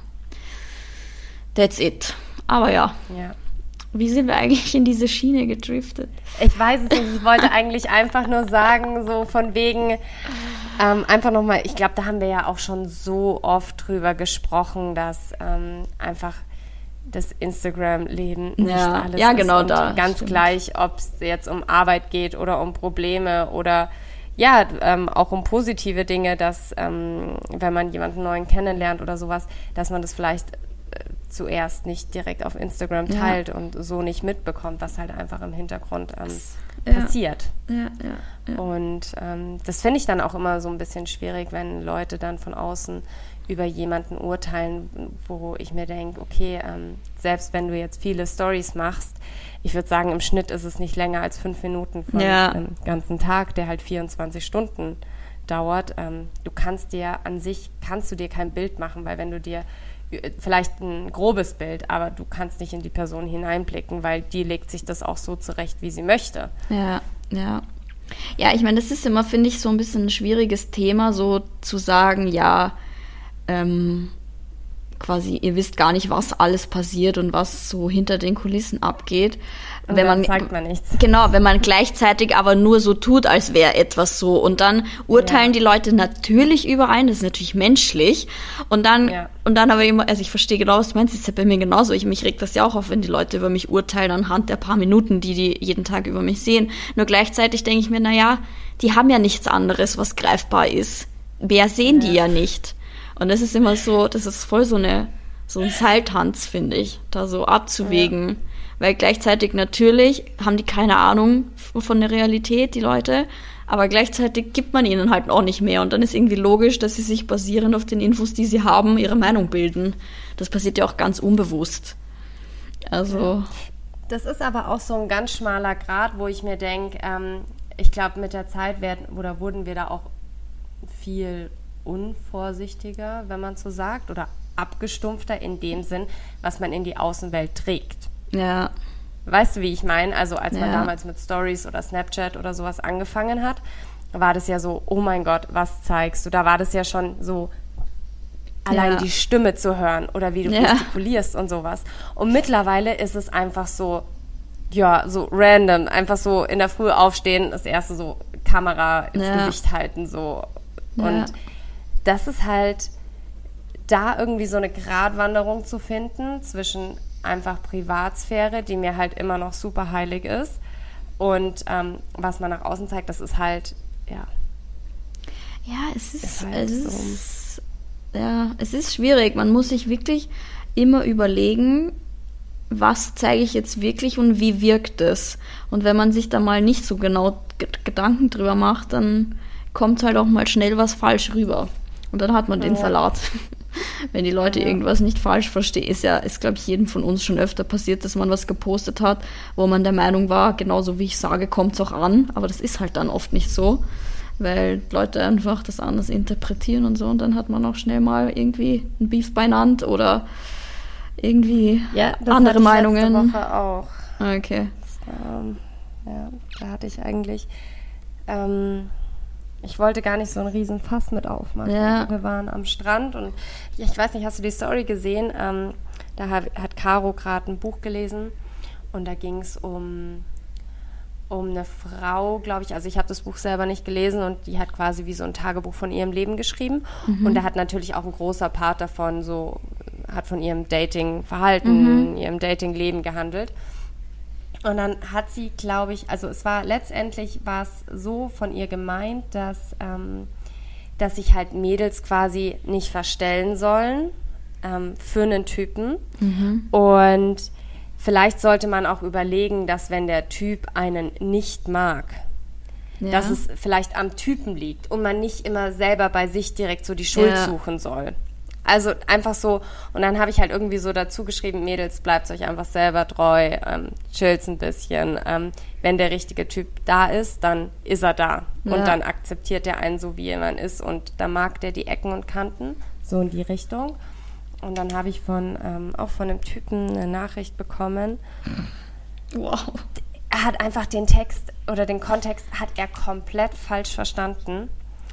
that's it. Aber ja, Ja. wie sind wir eigentlich in diese Schiene gedriftet? Ich weiß es nicht, ich wollte eigentlich einfach nur sagen, so von wegen, ähm, einfach nochmal, ich glaube, da haben wir ja auch schon so oft drüber gesprochen, dass ähm, einfach das Instagram-Leben nicht Ja, alles ja, ist. genau und da, ganz stimmt. gleich, ob es jetzt um Arbeit geht oder um Probleme oder ja, ähm, auch um positive Dinge, dass ähm, wenn man jemanden neuen kennenlernt oder sowas, dass man das vielleicht äh, zuerst nicht direkt auf Instagram Ja. teilt und so nicht mitbekommt, was halt einfach im Hintergrund ähm, Ja. passiert. Ja, ja, ja. Und ähm, das finde ich dann auch immer so ein bisschen schwierig, wenn Leute dann von außen über jemanden urteilen, wo ich mir denke, okay, ähm, selbst wenn du jetzt viele Stories machst, ich würde sagen, im Schnitt ist es nicht länger als fünf Minuten von Ja. einem ganzen Tag, der halt vierundzwanzig Stunden dauert. Ähm, du kannst dir an sich, kannst du dir kein Bild machen, weil wenn du dir äh, vielleicht ein grobes Bild, aber du kannst nicht in die Person hineinblicken, weil die legt sich das auch so zurecht, wie sie möchte. Ja, ja. Ja, ich meine, das ist immer, finde ich, so ein bisschen ein schwieriges Thema, so zu sagen, ja, ähm, quasi, ihr wisst gar nicht, was alles passiert und was so hinter den Kulissen abgeht. Und wenn dann man, zeigt man nichts. Genau, wenn man gleichzeitig aber nur so tut, als wäre etwas so. Und dann urteilen Ja. die Leute natürlich über einen, das ist natürlich menschlich. Und dann, Ja. und dann aber immer, also ich verstehe genau, was du meinst, das ist ja bei mir genauso. Ich, mich regt das ja auch auf, wenn die Leute über mich urteilen anhand der paar Minuten, die die jeden Tag über mich sehen. Nur gleichzeitig denke ich mir, naja, die haben ja nichts anderes, was greifbar ist. Mehr sehen die ja nicht. Und das ist immer so, das ist voll so eine, so ein Seiltanz, finde ich, da so abzuwägen. Ja. Weil gleichzeitig natürlich haben die keine Ahnung von der Realität, die Leute, aber gleichzeitig gibt man ihnen halt auch nicht mehr. Und dann ist irgendwie logisch, dass sie sich basierend auf den Infos, die sie haben, ihre Meinung bilden. Das passiert ja auch ganz unbewusst. Also. Das ist aber auch so ein ganz schmaler Grat, wo ich mir denke, ähm, ich glaube, mit der Zeit werden oder wurden wir da auch viel unvorsichtiger, wenn man so sagt, oder abgestumpfter in dem Sinn, was man in die Außenwelt trägt. Ja. Weißt du, wie ich meine? Also als man Ja. damals mit Stories oder Snapchat oder sowas angefangen hat, war das ja so, oh mein Gott, was zeigst du? Da war das ja schon so, allein Ja. die Stimme zu hören oder wie du Ja. gestikulierst und sowas. Und mittlerweile ist es einfach so, ja, so random, einfach so in der Früh aufstehen, das erste so Kamera ins Ja. Gesicht halten, so. Ja. Und das ist halt, da irgendwie so eine Gratwanderung zu finden zwischen einfach Privatsphäre, die mir halt immer noch super heilig ist, und ähm, was man nach außen zeigt, das ist halt, ja. Ja, es ist, Ist halt es so. ist, ja, es ist schwierig. Man muss sich wirklich immer überlegen, was zeige ich jetzt wirklich und wie wirkt es. Und wenn man sich da mal nicht so genau G- Gedanken drüber macht, dann kommt halt auch mal schnell was falsch rüber. Und dann hat man den Ja. Salat. Wenn die Leute Ja. irgendwas nicht falsch verstehen, ist ja, ist glaube ich jedem von uns schon öfter passiert, dass man was gepostet hat, wo man der Meinung war, genauso wie ich sage, kommt es auch an, aber das ist halt dann oft nicht so, weil Leute einfach das anders interpretieren und so und dann hat man auch schnell mal irgendwie ein Beef beieinander oder irgendwie Ja, das andere hatte ich Meinungen. letzte Woche auch. Okay. Ähm, ja, da hatte ich eigentlich, ähm, ich wollte gar nicht so einen riesen Fass mit aufmachen. Ja. Wir waren am Strand und ja, ich weiß nicht, hast du die Story gesehen? Ähm, da hat, hat Caro gerade ein Buch gelesen und da ging es um, um eine Frau, glaube ich, also ich habe das Buch selber nicht gelesen und die hat quasi wie so ein Tagebuch von ihrem Leben geschrieben mhm. und da hat natürlich auch ein großer Part davon so, hat von ihrem Dating-Verhalten, Mhm. ihrem Dating-Leben gehandelt. Und dann hat sie, glaube ich, also es war letztendlich war es so von ihr gemeint, dass, ähm, dass sich halt Mädels quasi nicht verstellen sollen ähm, für einen Typen. Mhm. Und vielleicht sollte man auch überlegen, dass wenn der Typ einen nicht mag, Ja. dass es vielleicht am Typen liegt und man nicht immer selber bei sich direkt so die Schuld Ja. suchen soll. Also einfach so, und dann habe ich halt irgendwie so dazu geschrieben, Mädels, bleibt euch einfach selber treu, ähm, chillt's ein bisschen. Ähm, wenn der richtige Typ da ist, dann ist er da. Ja. Und dann akzeptiert er einen so, wie man ist. Und da mag der die Ecken und Kanten, so in die Richtung. Und dann habe ich von ähm, auch von einem Typen eine Nachricht bekommen. Wow. Er hat einfach den Text oder den Kontext hat er komplett falsch verstanden.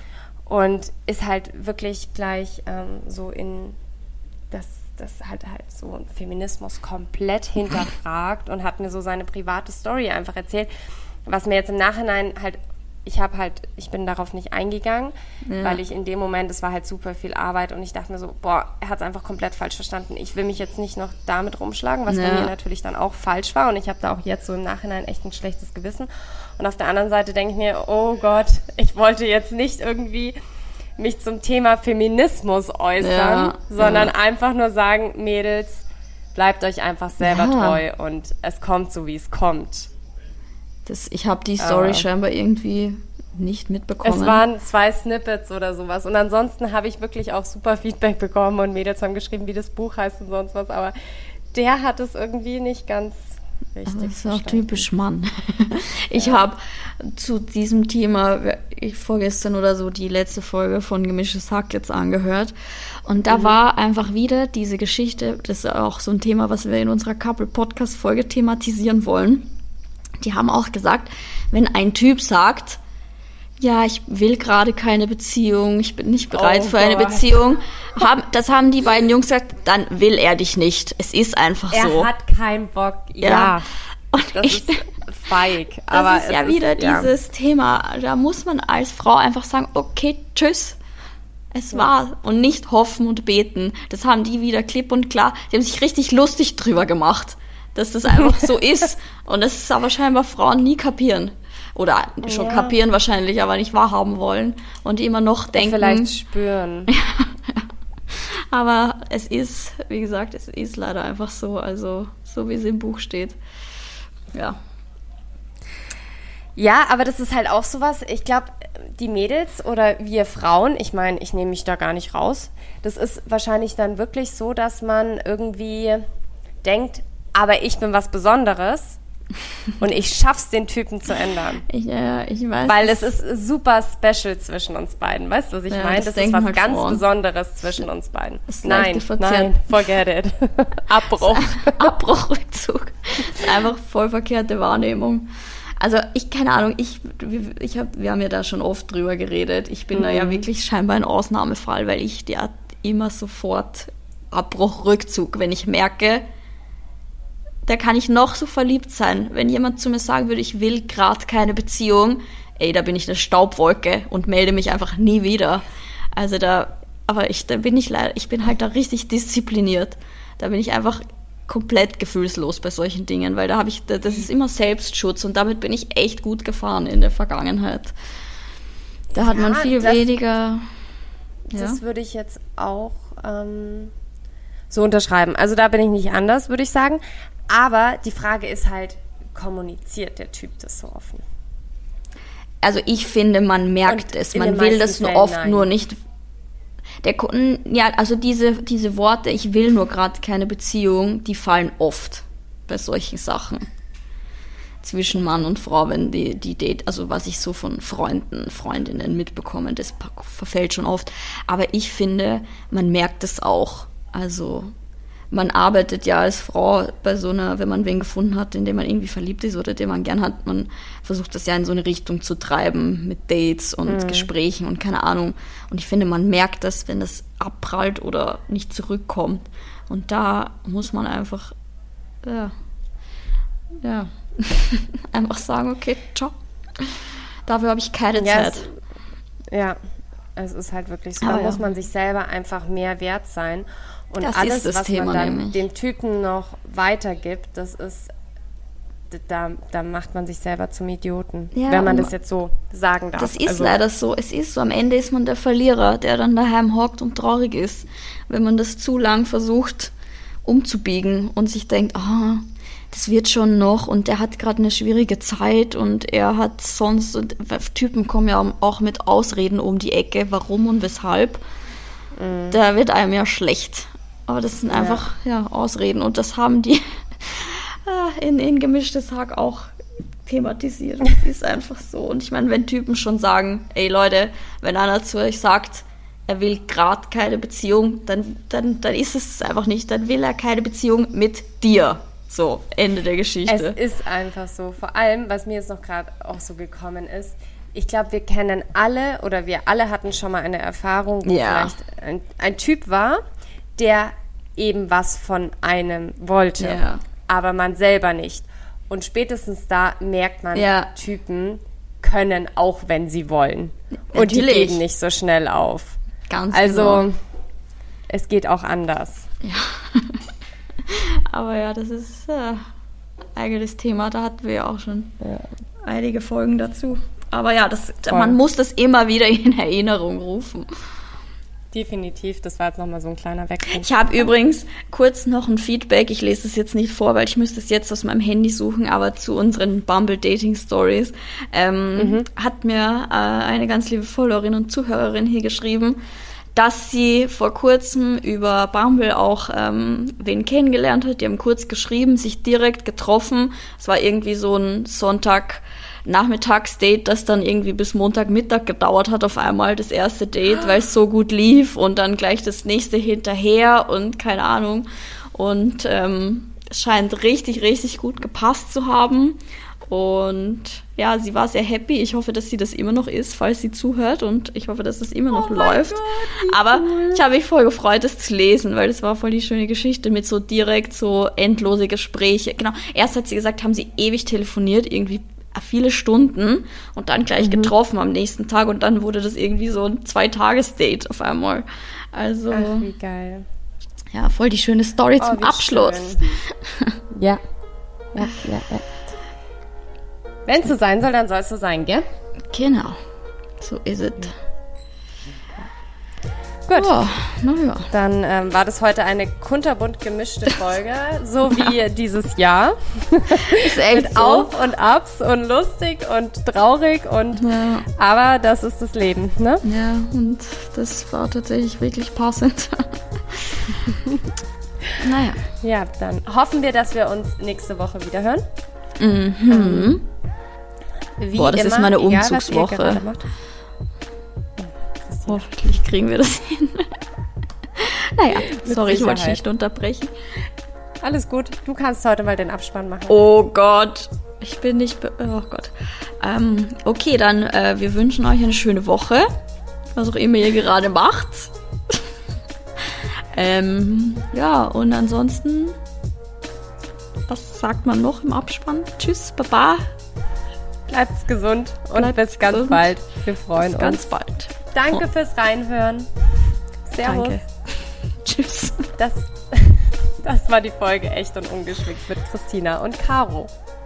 Und ist halt wirklich gleich ähm, so in das, das halt halt so Feminismus komplett hinterfragt und hat mir so seine private Story einfach erzählt, was mir jetzt im Nachhinein halt, ich habe halt, ich bin darauf nicht eingegangen, Ja. weil ich in dem Moment, es war halt super viel Arbeit und ich dachte mir so, boah, er hat es einfach komplett falsch verstanden. Ich will mich jetzt nicht noch damit rumschlagen, was Ja. bei mir natürlich dann auch falsch war und ich habe da auch jetzt so im Nachhinein echt ein schlechtes Gewissen. Und auf der anderen Seite denke ich mir, oh Gott, ich wollte jetzt nicht irgendwie mich zum Thema Feminismus äußern, Ja, sondern ja. einfach nur sagen, Mädels, bleibt euch einfach selber Ja. treu und es kommt so, wie es kommt. Das, ich habe die Story Aber- scheinbar irgendwie nicht mitbekommen. Es waren zwei Snippets oder sowas und ansonsten habe ich wirklich auch super Feedback bekommen und Mädels haben geschrieben, wie das Buch heißt und sonst was, aber der hat es irgendwie nicht ganz richtig Das ist auch verstanden. typisch Mann. Ich habe zu diesem Thema ich vorgestern oder so die letzte Folge von Gemischtes Hack jetzt angehört und da Mhm. war einfach wieder diese Geschichte, das ist auch so ein Thema, was wir in unserer Couple-Podcast-Folge thematisieren wollen. Die haben auch gesagt, wenn ein Typ sagt, ja, ich will gerade keine Beziehung, ich bin nicht bereit Oh für eine Gott. Beziehung, haben, das haben die beiden Jungs gesagt, dann will er dich nicht. Es ist einfach Er so. hat keinen Bock, ja. Ja. Und Das ich, ist feig. das aber ist ja es wieder ja. dieses Thema. Da muss man als Frau einfach sagen, okay, tschüss. Es war. Und nicht hoffen und beten. Das haben die wieder klipp und klar. Die haben sich richtig lustig drüber gemacht, dass das einfach so ist. Und das ist aber scheinbar Frauen nie kapieren. Oder schon Ja. kapieren wahrscheinlich, aber nicht wahrhaben wollen. Und die immer noch denken. Vielleicht spüren. Aber es ist, wie gesagt, es ist leider einfach so. Also, so wie es im Buch steht. Ja. Ja, aber das ist halt auch sowas, ich glaube, die Mädels oder wir Frauen, ich meine, ich nehme mich da gar nicht raus, das ist wahrscheinlich dann wirklich so, dass man irgendwie denkt, aber ich bin was Besonderes und ich schaff's, den Typen zu ändern. Ich, ja, ich weiß. Weil es ist super special zwischen uns beiden, weißt du, was ich Ja, meine? das Das, ist denken was halt ganz Frauen. Besonderes zwischen uns beiden. Das Nein, leichte Verzerrt- nein, forget it. Abbruch. Abbruchrückzug. Das ist einfach voll verkehrte Wahrnehmung. Also ich, keine Ahnung, ich, ich hab, wir haben ja da schon oft drüber geredet. Ich bin Mhm. da ja wirklich scheinbar ein Ausnahmefall, weil ich der immer sofort Abbruchrückzug, wenn ich merke, da kann ich noch so verliebt sein. Wenn jemand zu mir sagen würde, ich will gerade keine Beziehung, ey, da bin ich eine Staubwolke und melde mich einfach nie wieder. Also da, aber ich, da bin ich leider, ich bin halt da richtig diszipliniert. Da bin ich einfach komplett gefühlslos bei solchen Dingen, weil da habe ich, das ist immer Selbstschutz und damit bin ich echt gut gefahren in der Vergangenheit. Da hat Ja, man viel das- weniger. Ja. Das würde ich jetzt auch ähm, so unterschreiben. Also da bin ich nicht anders, würde ich sagen. Aber die Frage ist halt, kommuniziert der Typ das so offen? Also ich finde, man merkt Und es. in Man den will meisten das nur Fällen oft nein. nur nicht. der, ja, also diese, diese Worte, ich will nur gerade keine Beziehung, die fallen oft bei solchen Sachen. Zwischen Mann und Frau, wenn die, die Date, also was ich so von Freunden, Freundinnen mitbekomme, das verfällt schon oft. Aber ich finde, man merkt es auch. Also man arbeitet ja als Frau bei so einer, wenn man wen gefunden hat, in den man irgendwie verliebt ist oder den man gern hat, man versucht das ja in so eine Richtung zu treiben mit Dates und mhm. Gesprächen und keine Ahnung. Und ich finde, man merkt das, wenn das abprallt oder nicht zurückkommt. Und da muss man einfach, ja, ja, einfach sagen, okay, ciao. Dafür habe ich keine ja, Zeit. Es, ja, es ist halt wirklich so. Aber Da ja. muss man sich selber einfach mehr wert sein. Und Das alles, ist das was Thema man dann nämlich. dem Typen noch weitergibt, das ist, da, da macht man sich selber zum Idioten, Ja, wenn man und das jetzt so sagen darf. Das ist also, leider so. Es ist so. Am Ende ist man der Verlierer, der dann daheim hockt und traurig ist, wenn man das zu lang versucht umzubiegen und sich denkt, ah, das wird schon noch und der hat gerade eine schwierige Zeit und er hat sonst, und Typen kommen ja auch mit Ausreden um die Ecke, warum und weshalb. Mhm. Da wird einem ja schlecht. Aber das sind einfach ja. ja Ausreden und das haben die in, in Gemischtes Hack auch thematisiert. Das ist einfach so. Und ich meine, wenn Typen schon sagen, ey Leute, wenn einer zu euch sagt, er will gerade keine Beziehung, dann, dann, dann ist es einfach nicht. Dann will er keine Beziehung mit dir. So, Ende der Geschichte. Es ist einfach so. Vor allem, was mir jetzt noch gerade auch so gekommen ist, ich glaube, wir kennen alle oder wir alle hatten schon mal eine Erfahrung, wo Ja. vielleicht ein, ein Typ war, der eben was von einem wollte, Ja. aber man selber nicht. Und spätestens da merkt man, Ja. Typen können auch, wenn sie wollen. Und die Natürlich. geben nicht so schnell auf. Ganz Also, genau. es geht auch anders. Ja. Aber ja, das ist äh, eigenes Thema. Da hatten wir ja auch schon Ja. einige Folgen dazu. Aber ja, das, Voll. man muss das immer wieder in Erinnerung rufen. Definitiv, das war jetzt nochmal so ein kleiner Wechsel. Ich habe übrigens kurz noch ein Feedback. Ich lese das jetzt nicht vor, weil ich müsste es jetzt aus meinem Handy suchen, aber zu unseren Bumble-Dating-Stories ähm, mhm. hat mir äh, eine ganz liebe Followerin und Zuhörerin hier geschrieben, dass sie vor kurzem über Bumble auch ähm, wen kennengelernt hat. Die haben kurz geschrieben, sich direkt getroffen. Es war irgendwie so ein Sonntag-Nachmittagsdate, das dann irgendwie bis Montagmittag gedauert hat auf einmal, das erste Date, weil es so gut lief und dann gleich das nächste hinterher und keine Ahnung. Und ähm, es scheint richtig, richtig gut gepasst zu haben. Und ja, sie war sehr happy. Ich hoffe, dass sie das immer noch ist, falls sie zuhört. Und ich hoffe, dass das immer noch oh läuft. Gott, Aber cool. ich habe mich voll gefreut, das zu lesen, weil das war voll die schöne Geschichte mit so direkt so endlose Gespräche. Genau, erst hat sie gesagt, haben sie ewig telefoniert, irgendwie viele Stunden und dann gleich mhm. getroffen am nächsten Tag. Und dann wurde das irgendwie so ein Zwei-Tages-Date auf einmal. Also, ach, wie geil. Ja, voll die schöne Story Oh, zum wie Abschluss. schön. Ja. Ja, ja, ja. Wenn es so sein soll, dann soll es so sein, gell? Genau, so ist es. Gut, Oh, naja. dann ähm, war das heute eine kunterbunt gemischte Folge, so wie dieses Jahr. Ist echt Mit so. Auf und Abs und lustig und traurig und Ja. aber das ist das Leben, ne? Ja, und das war tatsächlich wirklich passend. Naja. Ja, dann hoffen wir, dass wir uns nächste Woche wieder hören. Mhm. Wie Boah, das immer, ist meine egal, was ihr Umzugswoche. gerade macht. Hoffentlich kriegen wir das hin. Naja, sorry, ich wollte dich Sicherheit. nicht unterbrechen. Alles gut, du kannst heute mal den Abspann machen. Oh Gott, ich bin nicht... Be oh Gott. Ähm, okay, dann äh, wir wünschen euch eine schöne Woche. Was auch immer ihr gerade macht. ähm, ja, und ansonsten... Was sagt man noch im Abspann? Tschüss, Baba. Bleibt's gesund und Bleibt bis ganz gesund. bald. Wir freuen Bis ganz uns. bald. Danke Oh. fürs Reinhören. Servus. Danke. Tschüss. Das, das war die Folge Echt und Ungeschickt mit Christina und Caro.